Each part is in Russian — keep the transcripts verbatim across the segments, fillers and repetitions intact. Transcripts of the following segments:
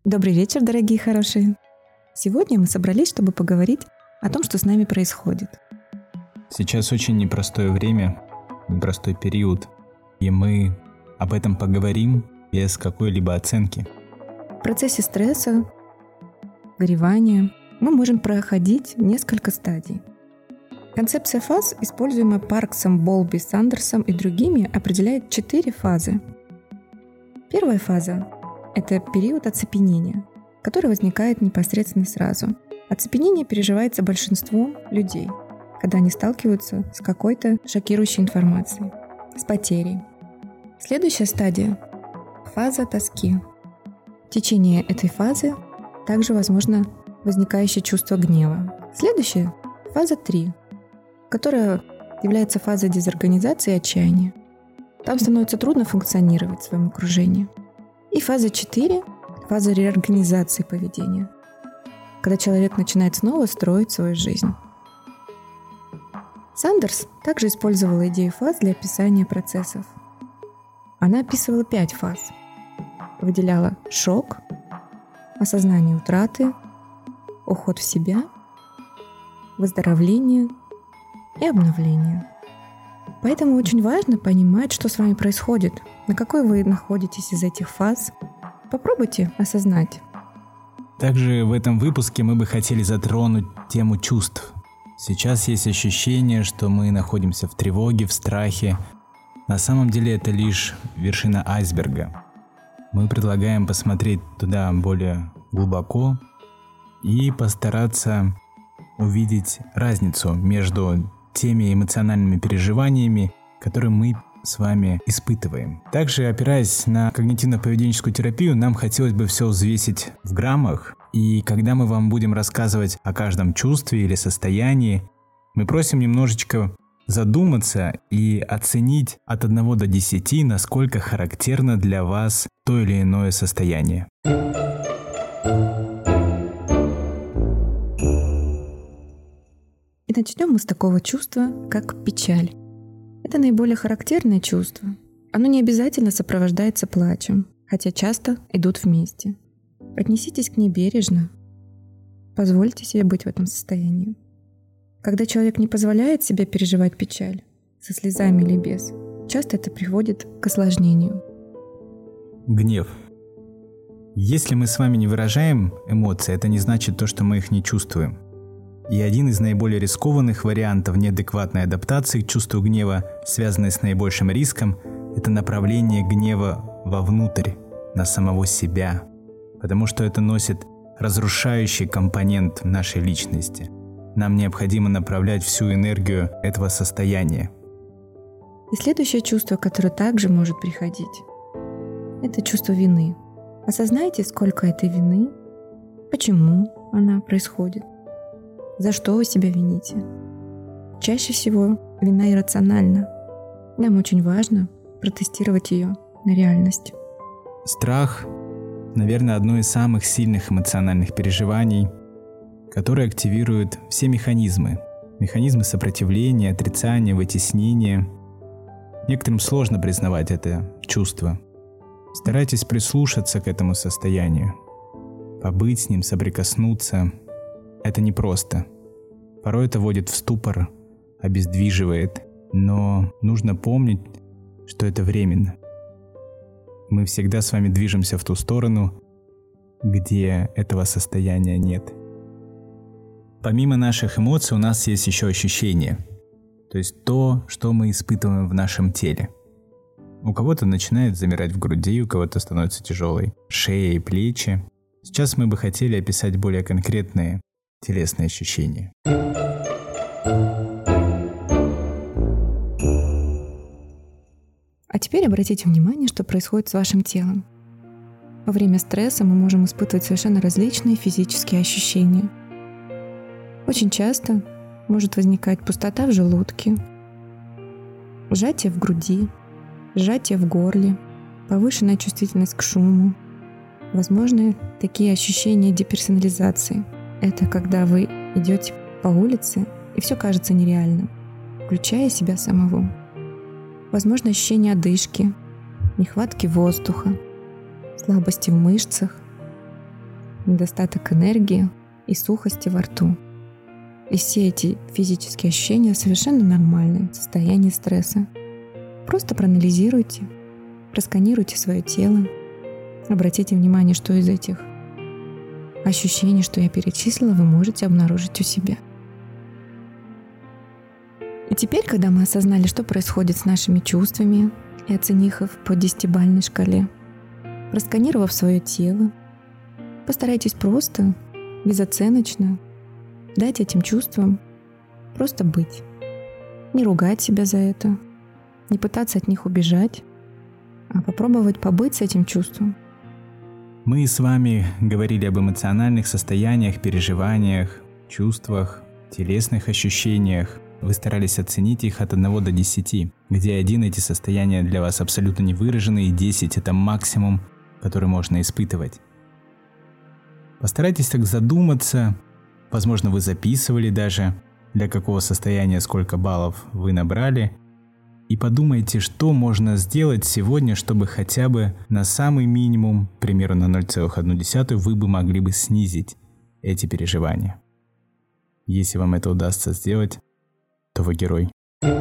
Добрый вечер, дорогие хорошие! Сегодня мы собрались, чтобы поговорить о том, что с нами происходит. Сейчас очень непростое время, непростой период, и мы об этом поговорим без какой-либо оценки. В процессе стресса, горевания мы можем проходить несколько стадий. Концепция фаз, используемая Парксом, Болби, Сандерсом и другими, определяет четыре фазы. Первая фаза – это период оцепенения, который возникает непосредственно сразу. Оцепенение переживается большинством людей, когда они сталкиваются с какой-то шокирующей информацией, с потерей. Следующая стадия – фаза тоски. В течение этой фазы также возможно возникающее чувство гнева. Следующая – фаза три, которая является фазой дезорганизации и отчаяния. Там становится трудно функционировать в своем окружении. И фаза четыре – фаза реорганизации поведения, когда человек начинает снова строить свою жизнь. Сандерс также использовала идею фаз для описания процессов. Она описывала пять фаз. Выделяла шок, осознание утраты, уход в себя, выздоровление и обновление. Поэтому очень важно понимать, что с вами происходит, на какой вы находитесь из этих фаз. Попробуйте осознать. Также в этом выпуске мы бы хотели затронуть тему чувств. Сейчас есть ощущение, что мы находимся в тревоге, в страхе. На самом деле это лишь вершина айсберга. Мы предлагаем посмотреть туда более глубоко и постараться увидеть разницу между теми эмоциональными переживаниями, которые мы с вами испытываем. Также, опираясь на когнитивно-поведенческую терапию, нам хотелось бы все взвесить в граммах. И когда мы вам будем рассказывать о каждом чувстве или состоянии, мы просим немножечко задуматься и оценить от одного до десяти, насколько характерно для вас то или иное состояние. И начнем мы с такого чувства, как печаль. Это наиболее характерное чувство. Оно не обязательно сопровождается плачем, хотя часто идут вместе. Отнеситесь к ней бережно. Позвольте себе быть в этом состоянии. Когда человек не позволяет себе переживать печаль, со слезами или без, часто это приводит к осложнению. Гнев. Если мы с вами не выражаем эмоции, это не значит то, что мы их не чувствуем. И один из наиболее рискованных вариантов неадекватной адаптации к чувству гнева, связанной с наибольшим риском, это направление гнева вовнутрь, на самого себя. Потому что это носит разрушающий компонент нашей личности. Нам необходимо направлять всю энергию этого состояния. И следующее чувство, которое также может приходить, это чувство вины. Осознайте, сколько этой вины, почему она происходит. За что вы себя вините? Чаще всего вина иррациональна. Нам очень важно протестировать ее на реальность. Страх, наверное, одно из самых сильных эмоциональных переживаний, которое активирует все механизмы. Механизмы сопротивления, отрицания, вытеснения. Некоторым сложно признавать это чувство. Старайтесь прислушаться к этому состоянию, побыть с ним, соприкоснуться. Это непросто. Порой это вводит в ступор, обездвиживает, но нужно помнить, что это временно. Мы всегда с вами движемся в ту сторону, где этого состояния нет. Помимо наших эмоций у нас есть еще ощущения, то есть то, что мы испытываем в нашем теле. У кого-то начинает замирать в груди, у кого-то становится тяжелой шея и плечи. Сейчас мы бы хотели описать более конкретные телесные ощущения. А теперь обратите внимание, что происходит с вашим телом. Во время стресса мы можем испытывать совершенно различные физические ощущения. Очень часто может возникать пустота в желудке, сжатие в груди, сжатие в горле, повышенная чувствительность к шуму. Возможны такие ощущения деперсонализации. Это когда вы идете по улице, и все кажется нереальным, включая себя самого. Возможно ощущение одышки, нехватки воздуха, слабости в мышцах, недостаток энергии и сухости во рту. И все эти физические ощущения совершенно нормальные в состоянии стресса. Просто проанализируйте, просканируйте свое тело, обратите внимание, что из этих ощущений, что я перечислила, вы можете обнаружить у себя. И теперь, когда мы осознали, что происходит с нашими чувствами, и оценив их по десятибалльной шкале, просканировав свое тело, постарайтесь просто, безоценочно дать этим чувствам просто быть. Не ругать себя за это, не пытаться от них убежать, а попробовать побыть с этим чувством. Мы с вами говорили об эмоциональных состояниях, переживаниях, чувствах, телесных ощущениях. Вы старались оценить их от одного до десяти, где один эти состояния для вас абсолютно не выражены, и десять — это максимум, который можно испытывать. Постарайтесь так задуматься, возможно, вы записывали даже, для какого состояния сколько баллов вы набрали, и подумайте, что можно сделать сегодня, чтобы хотя бы на самый минимум, к примеру, на ноль целых одну десятую, вы бы могли бы снизить эти переживания. Если вам это удастся сделать, то вы герой.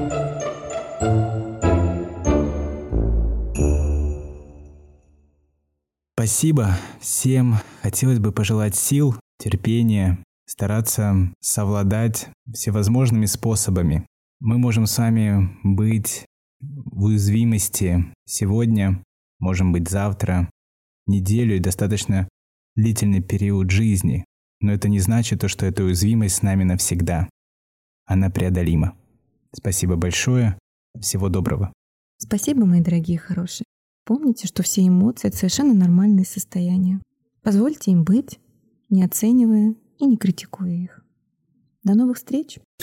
Спасибо всем. Хотелось бы пожелать сил, терпения, стараться совладать всевозможными способами. Мы можем с вами быть в уязвимости сегодня, можем быть завтра, неделю и достаточно длительный период жизни. Но это не значит то, что эта уязвимость с нами навсегда. Она преодолима. Спасибо большое. Всего доброго. Спасибо, мои дорогие хорошие. Помните, что все эмоции — это совершенно нормальные состояния. Позвольте им быть, не оценивая и не критикуя их. До новых встреч!